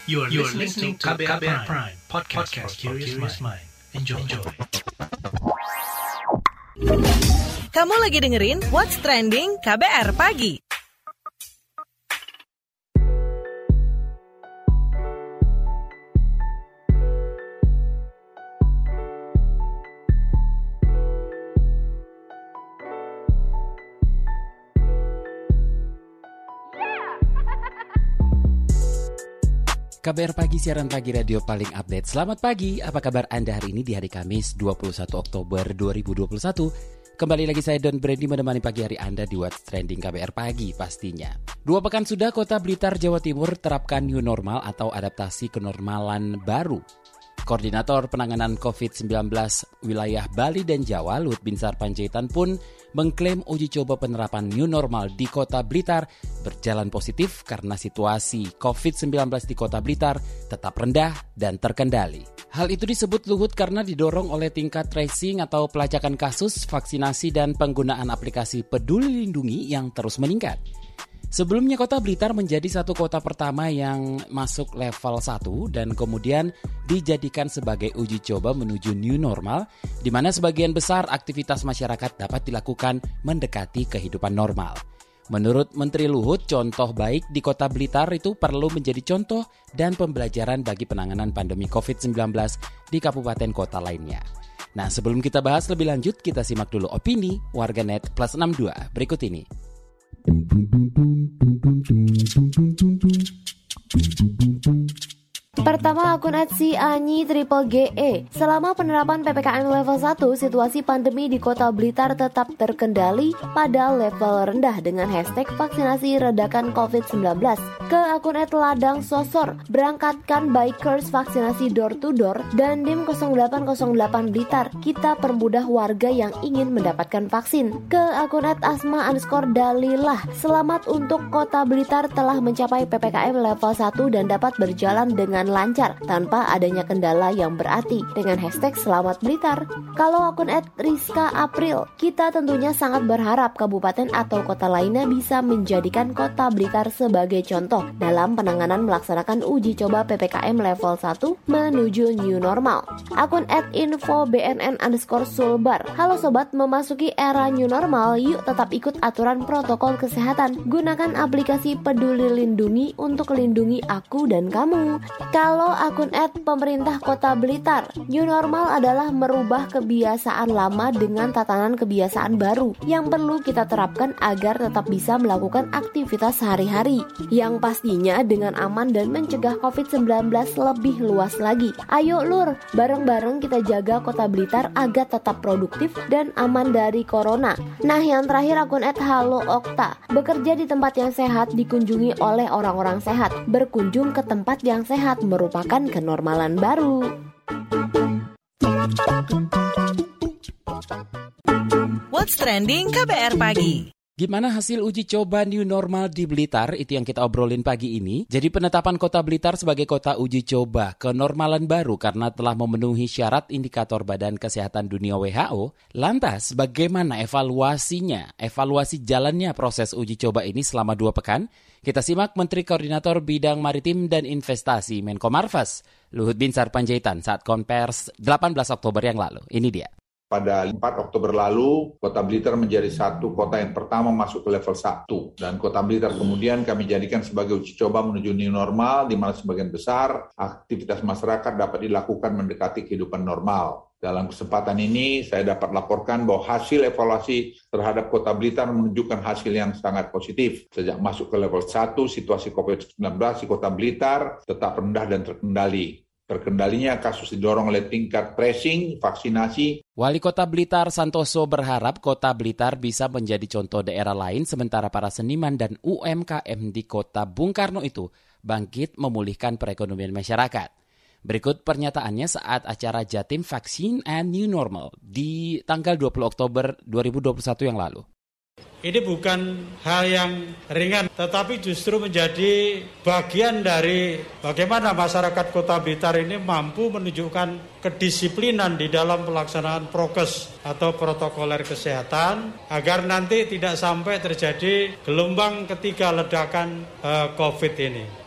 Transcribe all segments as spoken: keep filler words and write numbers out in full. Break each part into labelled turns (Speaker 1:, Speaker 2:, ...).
Speaker 1: You are, you are listening to K B R Prime, podcast, podcast for curious mind. Enjoy. Enjoy.
Speaker 2: Kamu lagi dengerin What's Trending K B R Pagi.
Speaker 3: K B R Pagi, siaran pagi radio paling update. Selamat pagi, apa kabar Anda hari ini di hari Kamis dua puluh satu Oktober dua ribu dua puluh satu? Kembali lagi saya Don Brady menemani pagi hari Anda di What's Trending K B R Pagi pastinya. Dua pekan sudah Kota Blitar, Jawa Timur terapkan new normal atau adaptasi kenormalan baru. Koordinator Penanganan covid sembilan belas wilayah Bali dan Jawa, Luhut Binsar Panjaitan pun mengklaim uji coba penerapan new normal di Kota Blitar berjalan positif karena situasi covid sembilan belas di Kota Blitar tetap rendah dan terkendali. Hal itu disebut Luhut karena didorong oleh tingkat tracing atau pelacakan kasus, vaksinasi, dan penggunaan aplikasi Peduli Lindungi yang terus meningkat. Sebelumnya Kota Blitar menjadi satu kota pertama yang masuk level satu dan kemudian dijadikan sebagai uji coba menuju new normal, di mana sebagian besar aktivitas masyarakat dapat dilakukan mendekati kehidupan normal. Menurut Menteri Luhut, contoh baik di Kota Blitar itu perlu menjadi contoh dan pembelajaran bagi penanganan pandemi covid sembilan belas di kabupaten kota lainnya. Nah, sebelum kita bahas lebih lanjut, kita simak dulu opini warganet plus enam dua berikut ini.
Speaker 4: Pertama, akun at si Anyi triple G E. Selama penerapan P P K M level satu, situasi pandemi di Kota Blitar tetap terkendali pada level rendah dengan hashtag vaksinasi redakan covid sembilan belas. Ke akun at ladang sosor, berangkatkan bikers vaksinasi door to door dan dim nol delapan nol delapan Blitar. Kita permudah warga yang ingin mendapatkan vaksin. Ke akun at asma underscore dalilah, selamat untuk Kota Blitar telah mencapai P P K M level satu dan dapat berjalan dengan lancar tanpa adanya kendala yang berarti dengan hashtag Selamat Blitar. Kalau akun at Rizka April, kita tentunya sangat berharap kabupaten atau kota lainnya bisa menjadikan Kota Blitar sebagai contoh dalam penanganan melaksanakan uji coba P P K M level satu menuju new normal. Akun at info B N N underscore sulbar, halo sobat, memasuki era new normal, yuk tetap ikut aturan protokol kesehatan. Gunakan aplikasi Peduli Lindungi untuk lindungi aku dan kamu. Kalau akun at pemerintah Kota Blitar, new normal adalah merubah kebiasaan lama dengan tatanan kebiasaan baru yang perlu kita terapkan agar tetap bisa melakukan aktivitas sehari-hari yang pastinya dengan aman dan mencegah covid sembilan belas lebih luas lagi. Ayo lur, bareng-bareng kita jaga Kota Blitar agar tetap produktif dan aman dari corona. Nah, yang terakhir akun at halo okta, bekerja di tempat yang sehat dikunjungi oleh orang-orang sehat. Berkunjung ke tempat yang sehat merupakan kenormalan baru.
Speaker 2: What's Trending K B R Pagi.
Speaker 3: Gimana hasil uji coba new normal di Blitar? Itu yang kita obrolin pagi ini. Jadi penetapan Kota Blitar sebagai kota uji coba kenormalan baru karena telah memenuhi syarat indikator Badan Kesehatan Dunia W H O. Lantas bagaimana evaluasinya? Evaluasi jalannya proses uji coba ini selama dua pekan? Kita simak Menteri Koordinator Bidang Maritim dan Investasi Menko Marves, Luhut Binsar Panjaitan saat konvers delapan belas Oktober yang lalu. Ini dia.
Speaker 5: Pada empat Oktober lalu, Kota Blitar menjadi satu kota yang pertama masuk ke level satu. Dan Kota Blitar kemudian kami jadikan sebagai uji coba menuju new normal, di mana sebagian besar aktivitas masyarakat dapat dilakukan mendekati kehidupan normal. Dalam kesempatan ini, saya dapat laporkan bahwa hasil evaluasi terhadap Kota Blitar menunjukkan hasil yang sangat positif. Sejak masuk ke level satu, situasi covid sembilan belas di Kota Blitar tetap rendah dan terkendali. Terkendalinya kasus didorong oleh tingkat tracing, vaksinasi.
Speaker 3: Wali Kota Blitar Santoso berharap Kota Blitar bisa menjadi contoh daerah lain sementara para seniman dan U M K M di Kota Bung Karno itu bangkit memulihkan perekonomian masyarakat. Berikut pernyataannya saat acara Jatim Vaksin and New Normal di tanggal dua puluh Oktober dua ribu dua puluh satu yang lalu.
Speaker 6: Ini bukan hal yang ringan, tetapi justru menjadi bagian dari bagaimana masyarakat Kota Blitar ini mampu menunjukkan kedisiplinan di dalam pelaksanaan prokes atau protokoler kesehatan, agar nanti tidak sampai terjadi gelombang ketiga ledakan uh, COVID ini.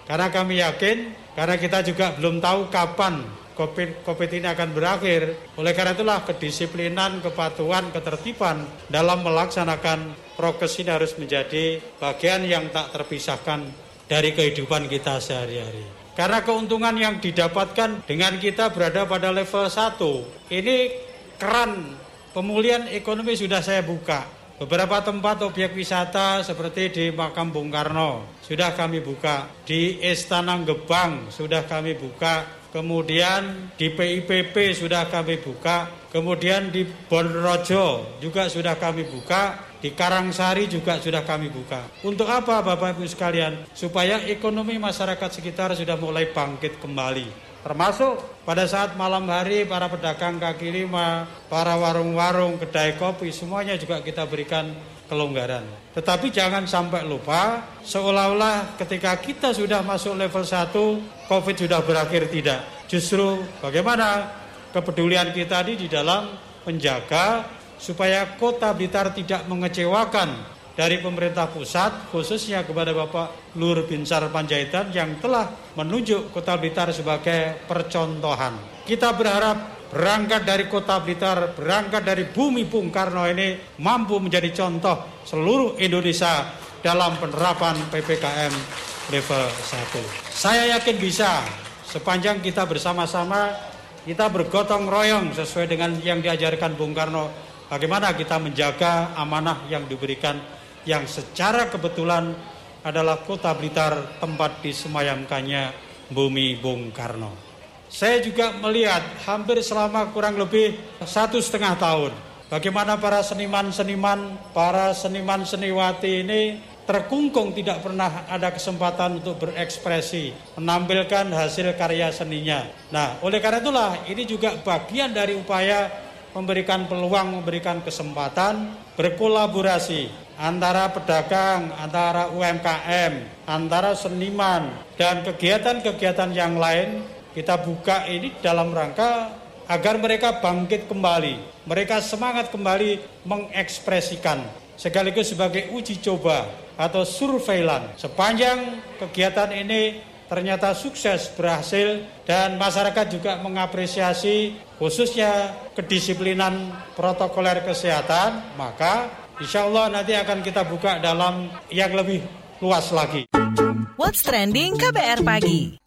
Speaker 6: Karena kami yakin, karena kita juga belum tahu kapan COVID, COVID ini akan berakhir. Oleh karena itulah kedisiplinan, kepatuhan, ketertiban dalam melaksanakan prokes ini harus menjadi bagian yang tak terpisahkan dari kehidupan kita sehari-hari. Karena keuntungan yang didapatkan dengan kita berada pada level satu, ini keran pemulihan ekonomi sudah saya buka. Beberapa tempat objek wisata seperti di Makam Bung Karno sudah kami buka, di Istana Gebang sudah kami buka, kemudian di P I P P sudah kami buka, kemudian di Bonrojo juga sudah kami buka, di Karangsari juga sudah kami buka. Untuk apa Bapak Ibu sekalian? Supaya ekonomi masyarakat sekitar sudah mulai bangkit kembali. Termasuk pada saat malam hari para pedagang kaki lima, para warung-warung, kedai kopi, semuanya juga kita berikan kelonggaran. Tetapi jangan sampai lupa, seolah-olah ketika kita sudah masuk level satu, COVID sudah berakhir. Tidak. Justru bagaimana kepedulian kita ini di dalam menjaga supaya Kota Blitar tidak mengecewakan dari pemerintah pusat, khususnya kepada Bapak Luhur Binsar Panjaitan yang telah menunjuk Kota Blitar sebagai percontohan. Kita berharap berangkat dari Kota Blitar, berangkat dari bumi Bung Karno ini mampu menjadi contoh seluruh Indonesia dalam penerapan P P K M level satu. Saya yakin bisa, sepanjang kita bersama-sama, kita bergotong royong sesuai dengan yang diajarkan Bung Karno, bagaimana kita menjaga amanah yang diberikan, yang secara kebetulan adalah Kota Blitar tempat disemayamkannya bumi Bung Karno. Saya juga melihat hampir selama kurang lebih satu setengah tahun bagaimana para seniman-seniman, para seniman-seniwati ini terkungkung, tidak pernah ada kesempatan untuk berekspresi, menampilkan hasil karya seninya. Nah, oleh karena itulah ini juga bagian dari upaya memberikan peluang, memberikan kesempatan berkolaborasi antara pedagang, antara U M K M, antara seniman, dan kegiatan-kegiatan yang lain kita buka ini dalam rangka agar mereka bangkit kembali, mereka semangat kembali mengekspresikan, sekaligus sebagai uji coba atau surveillance. Sepanjang kegiatan ini ternyata sukses, berhasil, dan masyarakat juga mengapresiasi khususnya kedisiplinan protokoler kesehatan, maka insya Allah nanti akan kita buka dalam yang lebih luas lagi.
Speaker 2: What's Trending K B R Pagi.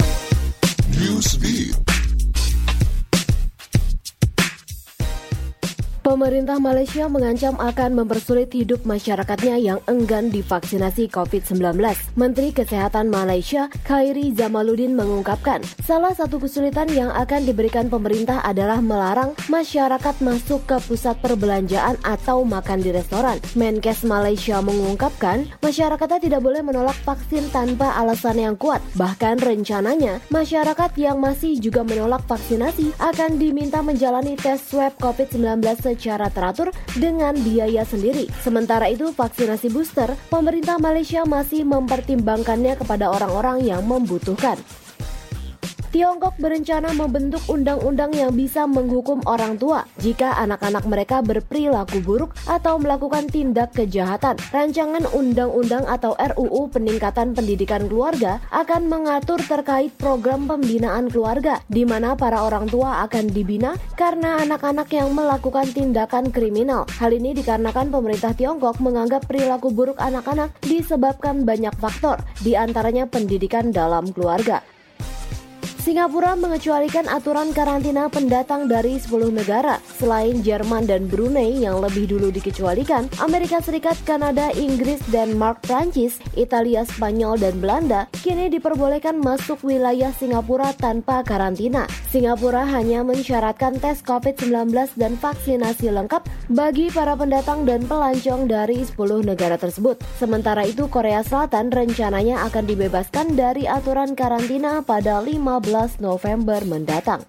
Speaker 7: Newsbeat.
Speaker 4: Pemerintah Malaysia mengancam akan mempersulit hidup masyarakatnya yang enggan divaksinasi covid sembilan belas. Menteri Kesehatan Malaysia, Khairi Zamaluddin mengungkapkan, salah satu kesulitan yang akan diberikan pemerintah adalah melarang masyarakat masuk ke pusat perbelanjaan atau makan di restoran. Menkes Malaysia mengungkapkan, masyarakatnya tidak boleh menolak vaksin tanpa alasan yang kuat. Bahkan rencananya, masyarakat yang masih juga menolak vaksinasi akan diminta menjalani tes swab covid sembilan belas secara teratur dengan biaya sendiri. Sementara itu, vaksinasi booster, pemerintah Malaysia masih mempertimbangkannya kepada orang-orang yang membutuhkan. Tiongkok berencana membentuk undang-undang yang bisa menghukum orang tua jika anak-anak mereka berperilaku buruk atau melakukan tindak kejahatan. Rancangan undang-undang atau R U U Peningkatan Pendidikan Keluarga akan mengatur terkait program pembinaan keluarga, di mana para orang tua akan dibina karena anak-anak yang melakukan tindakan kriminal. Hal ini dikarenakan pemerintah Tiongkok menganggap perilaku buruk anak-anak disebabkan banyak faktor, di antaranya pendidikan dalam keluarga. Singapura mengecualikan aturan karantina pendatang dari sepuluh negara. Selain Jerman dan Brunei yang lebih dulu dikecualikan, Amerika Serikat, Kanada, Inggris, Denmark, Prancis, Italia, Spanyol, dan Belanda kini diperbolehkan masuk wilayah Singapura tanpa karantina. Singapura hanya mensyaratkan tes covid sembilan belas dan vaksinasi lengkap bagi para pendatang dan pelancong dari sepuluh negara tersebut. Sementara itu, Korea Selatan rencananya akan dibebaskan dari aturan karantina pada lima belas November mendatang.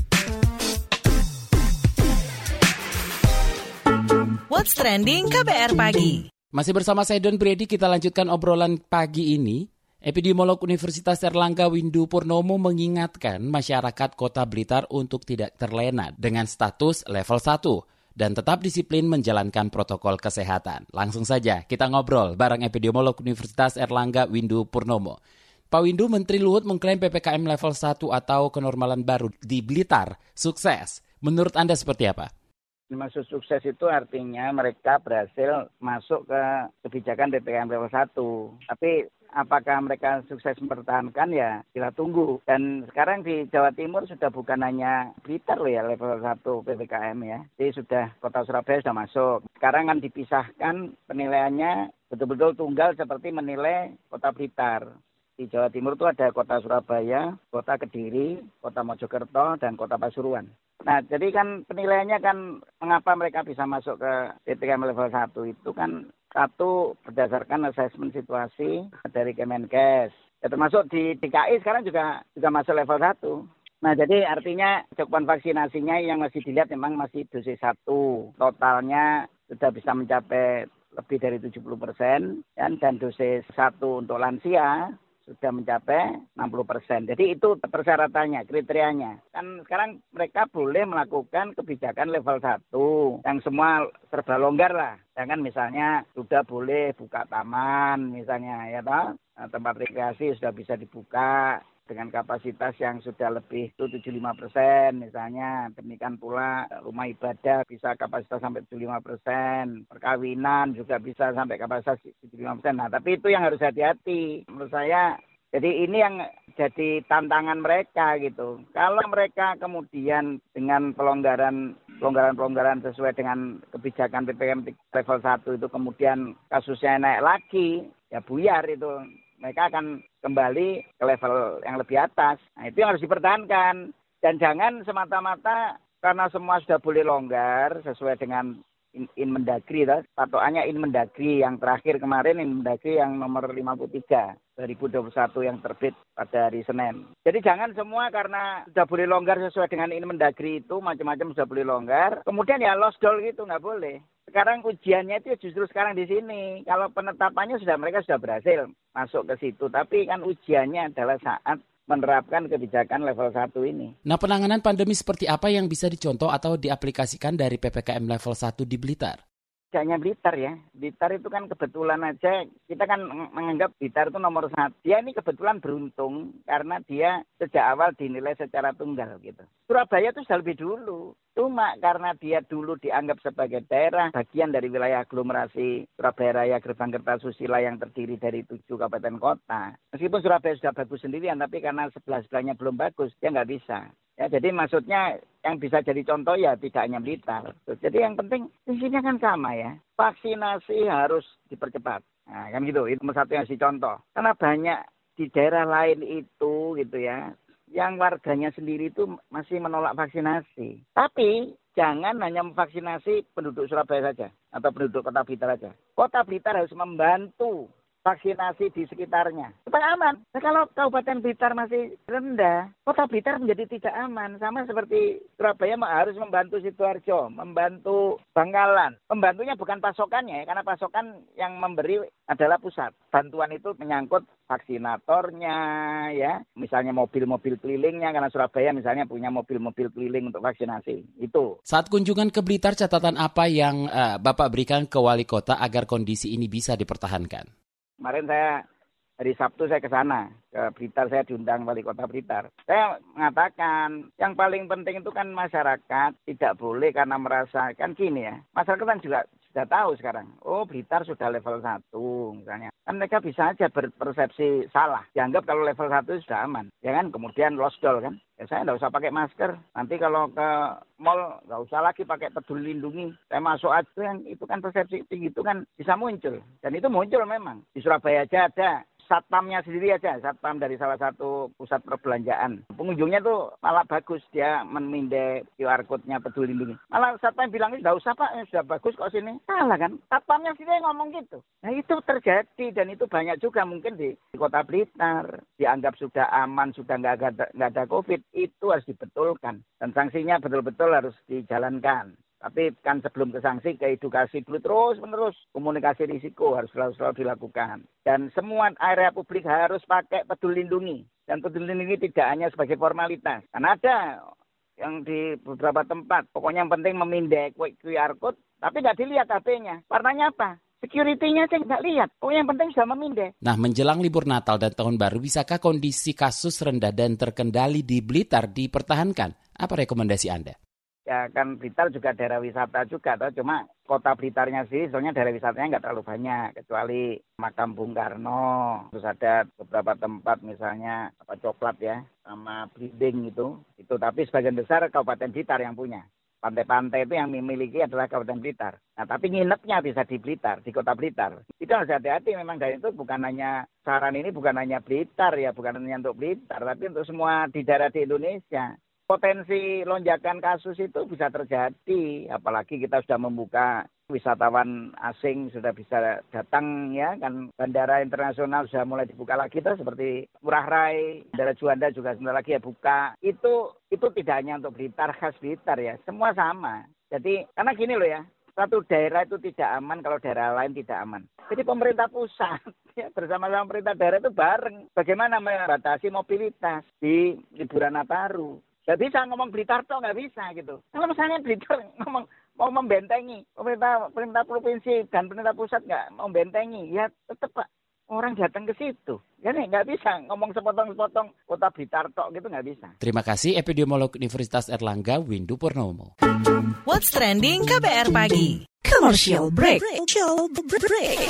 Speaker 2: What's Trending K B R Pagi.
Speaker 3: Masih bersama saya Don Brady, kita lanjutkan obrolan pagi ini. Epidemiolog Universitas Airlangga Windu Purnomo mengingatkan masyarakat Kota Blitar untuk tidak terlena dengan status level satu dan tetap disiplin menjalankan protokol kesehatan. Langsung saja kita ngobrol bareng epidemiolog Universitas Airlangga Windu Purnomo. Pak Windu, Menteri Luhut mengklaim P P K M level satu atau kenormalan baru di Blitar sukses. Menurut Anda seperti apa?
Speaker 8: Maksud sukses itu artinya mereka berhasil masuk ke kebijakan P P K M level satu. Tapi apakah mereka sukses mempertahankan ya kita tunggu. Dan sekarang di Jawa Timur sudah bukan hanya Blitar loh ya level satu P P K M ya. Jadi sudah Kota Surabaya sudah masuk. Sekarang kan dipisahkan penilaiannya betul-betul tunggal seperti menilai Kota Blitar. Di Jawa Timur itu ada Kota Surabaya, Kota Kediri, Kota Mojokerto, dan Kota Pasuruan. Nah, jadi kan penilaiannya kan mengapa mereka bisa masuk ke P P K M level satu itu kan satu berdasarkan asesmen situasi dari Kemenkes. Ya, termasuk di D K I sekarang juga juga masuk level satu. Nah, jadi artinya cakupan vaksinasinya yang masih dilihat memang masih dosis satu. Totalnya sudah bisa mencapai lebih dari tujuh puluh persen dan, dan dosis satu untuk lansia sudah mencapai enam puluh persen. Jadi itu persyaratannya, kriterianya. Kan sekarang mereka boleh melakukan kebijakan level satu yang semua serba longgar lah. Jangan misalnya sudah boleh buka taman misalnya ya toh, tempat rekreasi sudah bisa dibuka dengan kapasitas yang sudah lebih tujuh puluh lima persen misalnya. Demikian pula rumah ibadah bisa kapasitas sampai tujuh puluh lima persen. Perkawinan juga bisa sampai kapasitas tujuh puluh lima persen. Nah, tapi itu yang harus hati-hati. Menurut saya, jadi ini yang jadi tantangan mereka gitu. Kalau mereka kemudian dengan pelonggaran pelonggaran-pelonggaran sesuai dengan kebijakan P P K M level satu itu kemudian kasusnya naik lagi, ya buyar itu. Mereka akan kembali ke level yang lebih atas. Nah, itu yang harus dipertahankan. Dan jangan semata-mata karena semua sudah boleh longgar sesuai dengan Inmendagri. Patokannya Inmendagri yang terakhir kemarin, Inmendagri yang nomor lima puluh tiga dua ribu dua puluh satu yang terbit pada hari Senin. Jadi jangan semua karena sudah boleh longgar sesuai dengan Inmendagri itu, macam-macam sudah boleh longgar. Kemudian ya lost doll gitu, nggak boleh. Sekarang ujiannya itu justru sekarang di sini. Kalau penetapannya sudah mereka sudah berhasil masuk ke situ. Tapi kan ujiannya adalah saat menerapkan kebijakan level satu ini.
Speaker 3: Nah, penanganan pandemi seperti apa yang bisa dicontoh atau diaplikasikan dari P P K M level satu di Blitar?
Speaker 8: Hanya Blitar ya. Blitar itu kan kebetulan aja, kita kan menganggap Blitar itu nomor satu. Dia ini kebetulan beruntung karena dia sejak awal dinilai secara tunggal gitu. Surabaya itu sudah lebih dulu. Cuma karena dia dulu dianggap sebagai daerah bagian dari wilayah aglomerasi Surabaya Raya Gerbang Kertasusila yang terdiri dari tujuh kabupaten kota. Meskipun Surabaya sudah bagus sendirian, tapi karena sebelah-sebelahnya belum bagus, dia nggak bisa. Ya, jadi maksudnya yang bisa jadi contoh ya tidak hanya Blitar. Jadi yang penting isinya kan sama ya. Vaksinasi harus dipercepat. Nah, kan gitu. Itu satu yang harus dicontoh. Karena banyak di daerah lain itu gitu ya, yang warganya sendiri itu masih menolak vaksinasi. Tapi jangan hanya memvaksinasi penduduk Surabaya saja atau penduduk Kota Blitar saja. Kota Blitar harus membantu vaksinasi di sekitarnya supaya aman. Nah, kalau Kabupaten Blitar masih rendah, Kota Blitar menjadi tidak aman. Sama seperti Surabaya harus membantu Sidoarjo, membantu Bangkalan. Membantunya bukan pasokannya ya, karena pasokan yang memberi adalah pusat. Bantuan itu menyangkut vaksinatornya ya, misalnya mobil-mobil kelilingnya, karena Surabaya misalnya punya mobil-mobil keliling untuk vaksinasi. Itu.
Speaker 3: Saat kunjungan ke Blitar, catatan apa yang uh, Bapak berikan ke wali kota agar kondisi ini bisa dipertahankan?
Speaker 8: Kemarin saya, hari Sabtu saya ke sana, ke Blitar, saya diundang wali kota Blitar. Saya mengatakan, yang paling penting itu kan masyarakat tidak boleh karena merasakan gini ya. Masyarakat kan juga sudah tahu sekarang, oh Blitar sudah level satu misalnya. Kan mereka bisa aja berpersepsi salah. Dianggap kalau level satu sudah aman. Ya kan, kemudian lost doll kan. Ya saya nggak usah pakai masker. Nanti kalau ke mall nggak usah lagi pakai peduli lindungi. Saya masuk aja, yang itu kan persepsi tinggi itu kan bisa muncul. Dan itu muncul memang. Di Surabaya aja ada. Satpamnya sendiri aja, satpam dari salah satu pusat perbelanjaan. Pengunjungnya tuh malah bagus, dia memindai Q R code-nya peduli lindungi. Malah satpam bilang, nggak usah Pak, sudah bagus kok sini. Salah kan? Satpamnya sendiri ngomong gitu. Nah itu terjadi dan itu banyak juga mungkin di, di Kota Blitar. Dianggap sudah aman, sudah nggak ada, nggak ada COVID. Itu harus dibetulkan. Dan sanksinya betul-betul harus dijalankan. Tapi kan sebelum ke sanksi, ke edukasi dulu terus-menerus. Komunikasi risiko harus selalu-selalu dilakukan. Dan semua area publik harus pakai peduli lindungi. Dan peduli lindungi tidak hanya sebagai formalitas. Karena ada yang di beberapa tempat, pokoknya yang penting memindai Q R code, tapi nggak dilihat H P-nya. Warnanya apa? Security-nya saya nggak lihat. Oh, yang penting sudah memindai.
Speaker 3: Nah, menjelang libur Natal dan Tahun Baru, bisakah kondisi kasus rendah dan terkendali di Blitar dipertahankan? Apa rekomendasi Anda?
Speaker 8: Ya kan Blitar juga daerah wisata juga, toh. Cuma kota Blitarnya sih, soalnya daerah wisatanya nggak terlalu banyak, kecuali makam Bung Karno, terus ada beberapa tempat misalnya apa coklat ya, sama Blinding itu, itu tapi sebagian besar Kabupaten Blitar yang punya. Pantai-pantai itu yang memiliki adalah Kabupaten Blitar. Nah, tapi nginepnya bisa di Blitar, di kota Blitar. Itu harus hati-hati memang, dan itu bukan hanya, saran ini bukan hanya Blitar ya, bukan hanya untuk Blitar, tapi untuk semua di daerah di Indonesia. Potensi lonjakan kasus itu bisa terjadi, apalagi kita sudah membuka wisatawan asing sudah bisa datang ya, kan bandara internasional sudah mulai dibuka lagi tuh seperti Ngurah Rai, Bandara Juanda juga sebentar lagi ya buka. Itu itu tidak hanya untuk Blitar, khas Blitar ya, semua sama. Jadi karena gini loh ya, satu daerah itu tidak aman kalau daerah lain tidak aman. Jadi pemerintah pusat ya, bersama-sama pemerintah daerah itu bareng bagaimana membatasi mobilitas di liburan Nataru. Gak bisa ngomong Blitar toh, nggak bisa gitu. Kalau misalnya Blitar ngomong mau membentengi, pemerintah pemerintah provinsi dan pemerintah pusat nggak mau membentengi, ya tetap Pak orang datang ke situ. Jadi nggak bisa ngomong sepotong-sepotong kota Blitar toh gitu, nggak bisa.
Speaker 3: Terima kasih epidemiolog Universitas Erlangga Windu Purnomo.
Speaker 2: What's Trending K B R Pagi. Commercial break. Commercial break.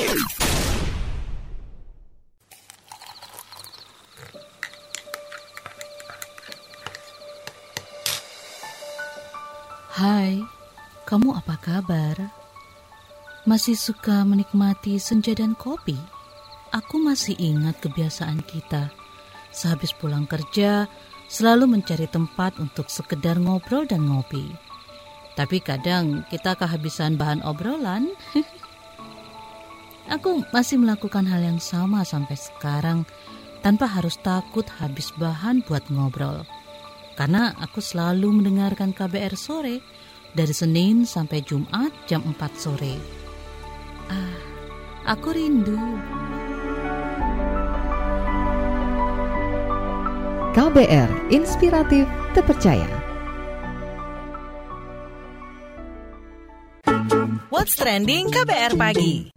Speaker 9: Hai, kamu apa kabar? Masih suka menikmati senja dan kopi? Aku masih ingat kebiasaan kita. Sehabis pulang kerja, selalu mencari tempat untuk sekedar ngobrol dan ngopi. Tapi kadang kita kehabisan bahan obrolan. Aku masih melakukan hal yang sama sampai sekarang, tanpa harus takut habis bahan buat ngobrol. Karena aku selalu mendengarkan K B R Sore dari Senin sampai Jumat jam empat sore. Ah, aku rindu.
Speaker 10: K B R Inspiratif Terpercaya.
Speaker 2: What's Trending K B R Pagi.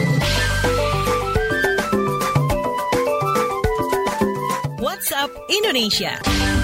Speaker 2: WhatsApp Indonesia.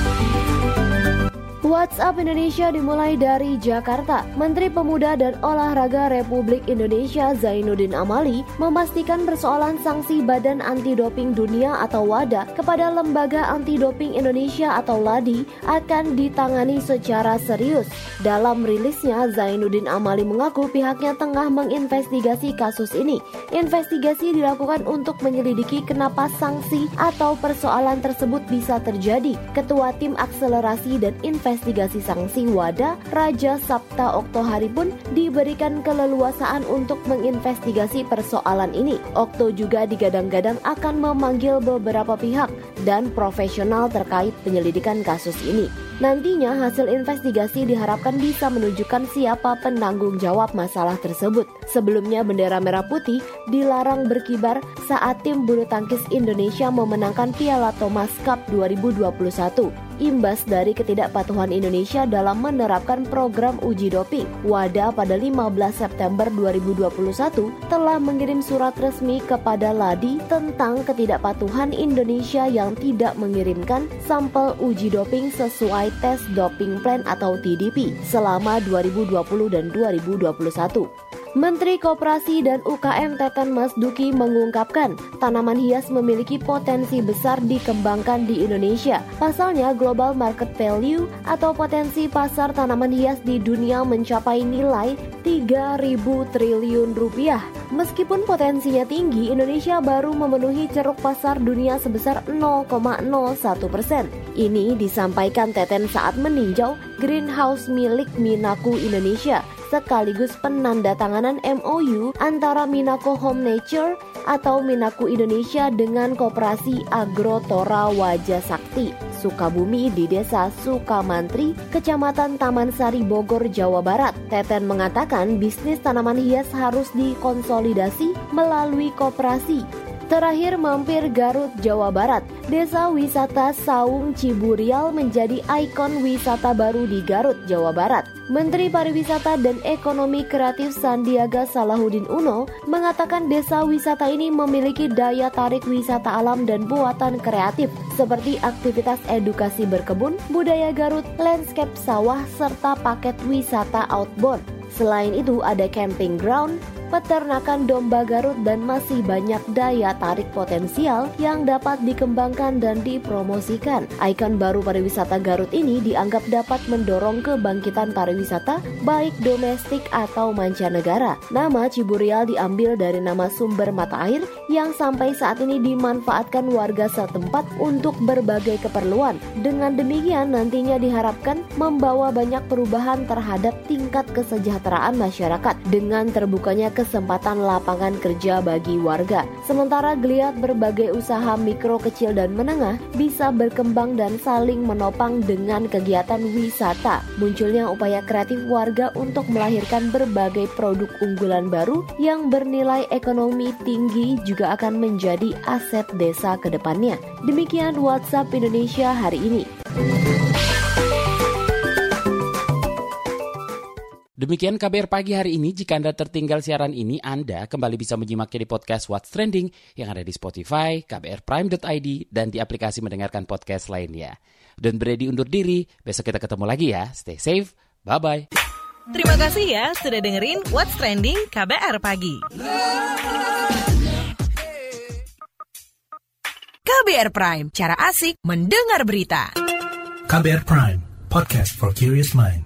Speaker 4: WhatsApp Indonesia dimulai dari Jakarta. Menteri Pemuda dan Olahraga Republik Indonesia Zainuddin Amali memastikan persoalan sanksi Badan Anti Doping Dunia atau WADA kepada Lembaga Anti Doping Indonesia atau LADI akan ditangani secara serius. Dalam rilisnya, Zainuddin Amali mengaku pihaknya tengah menginvestigasi kasus ini. Investigasi dilakukan untuk menyelidiki kenapa sanksi atau persoalan tersebut bisa terjadi. Ketua Tim Akselerasi dan Investigasi Investigasi Sanksi WADA, Raja Sabta Oktohari pun diberikan keleluasaan untuk menginvestigasi persoalan ini. Okto juga digadang-gadang akan memanggil beberapa pihak dan profesional terkait penyelidikan kasus ini. Nantinya hasil investigasi diharapkan bisa menunjukkan siapa penanggung jawab masalah tersebut. Sebelumnya bendera merah putih dilarang berkibar saat tim bulu tangkis Indonesia memenangkan Piala Thomas Cup dua ribu dua puluh satu. Imbas dari ketidakpatuhan Indonesia dalam menerapkan program uji doping, WADA pada lima belas September dua ribu dua puluh satu telah mengirim surat resmi kepada LADI tentang ketidakpatuhan Indonesia yang tidak mengirimkan sampel uji doping sesuai tes doping plan atau T D P selama dua ribu dua puluh dan dua ribu dua puluh satu. Menteri Koperasi dan U K M Teten Mas Duki mengungkapkan tanaman hias memiliki potensi besar dikembangkan di Indonesia. Pasalnya global market value atau potensi pasar tanaman hias di dunia mencapai nilai tiga ribu triliun rupiah. Meskipun potensinya tinggi, Indonesia baru memenuhi ceruk pasar dunia sebesar nol koma nol satu persen. Ini disampaikan Teten saat meninjau greenhouse milik Minaku Indonesia, sekaligus penandatanganan M O U antara Minako Home Nature atau Minaku Indonesia dengan Koperasi Agrotora Wajah Sakti Sukabumi di Desa Sukamantri, Kecamatan Taman Sari, Bogor, Jawa Barat. Teten mengatakan bisnis tanaman hias harus dikonsolidasi melalui koperasi. Terakhir mampir Garut, Jawa Barat. Desa wisata Saung Ciburial menjadi ikon wisata baru di Garut, Jawa Barat. Menteri Pariwisata dan Ekonomi Kreatif Sandiaga Salahuddin Uno mengatakan desa wisata ini memiliki daya tarik wisata alam dan buatan kreatif seperti aktivitas edukasi berkebun, budaya Garut, landscape sawah, serta paket wisata outbound. Selain itu ada camping ground, peternakan domba Garut, dan masih banyak daya tarik potensial yang dapat dikembangkan dan dipromosikan. Ikon baru pariwisata Garut ini dianggap dapat mendorong kebangkitan pariwisata baik domestik atau mancanegara. Nama Ciburial diambil dari nama sumber mata air yang sampai saat ini dimanfaatkan warga setempat untuk berbagai keperluan. Dengan demikian nantinya diharapkan membawa banyak perubahan terhadap tingkat kesejahteraan masyarakat dengan terbukanya kesempatan lapangan kerja bagi warga. Sementara geliat berbagai usaha mikro, kecil, dan menengah bisa berkembang dan saling menopang dengan kegiatan wisata. Munculnya upaya kreatif warga untuk melahirkan berbagai produk unggulan baru yang bernilai ekonomi tinggi juga akan menjadi aset desa ke depannya. Demikian WhatsApp Indonesia hari ini.
Speaker 3: Demikian K B R Pagi hari ini. Jika Anda tertinggal siaran ini, Anda kembali bisa menyimaknya di podcast What's Trending yang ada di Spotify, k b r prime dot i d, dan di aplikasi mendengarkan podcast lainnya. Don Brady undur diri, besok kita ketemu lagi ya. Stay safe, bye-bye.
Speaker 2: Terima kasih ya sudah dengerin What's Trending K B R Pagi. K B R Prime, cara asik mendengar berita.
Speaker 1: K B R Prime, podcast for curious mind.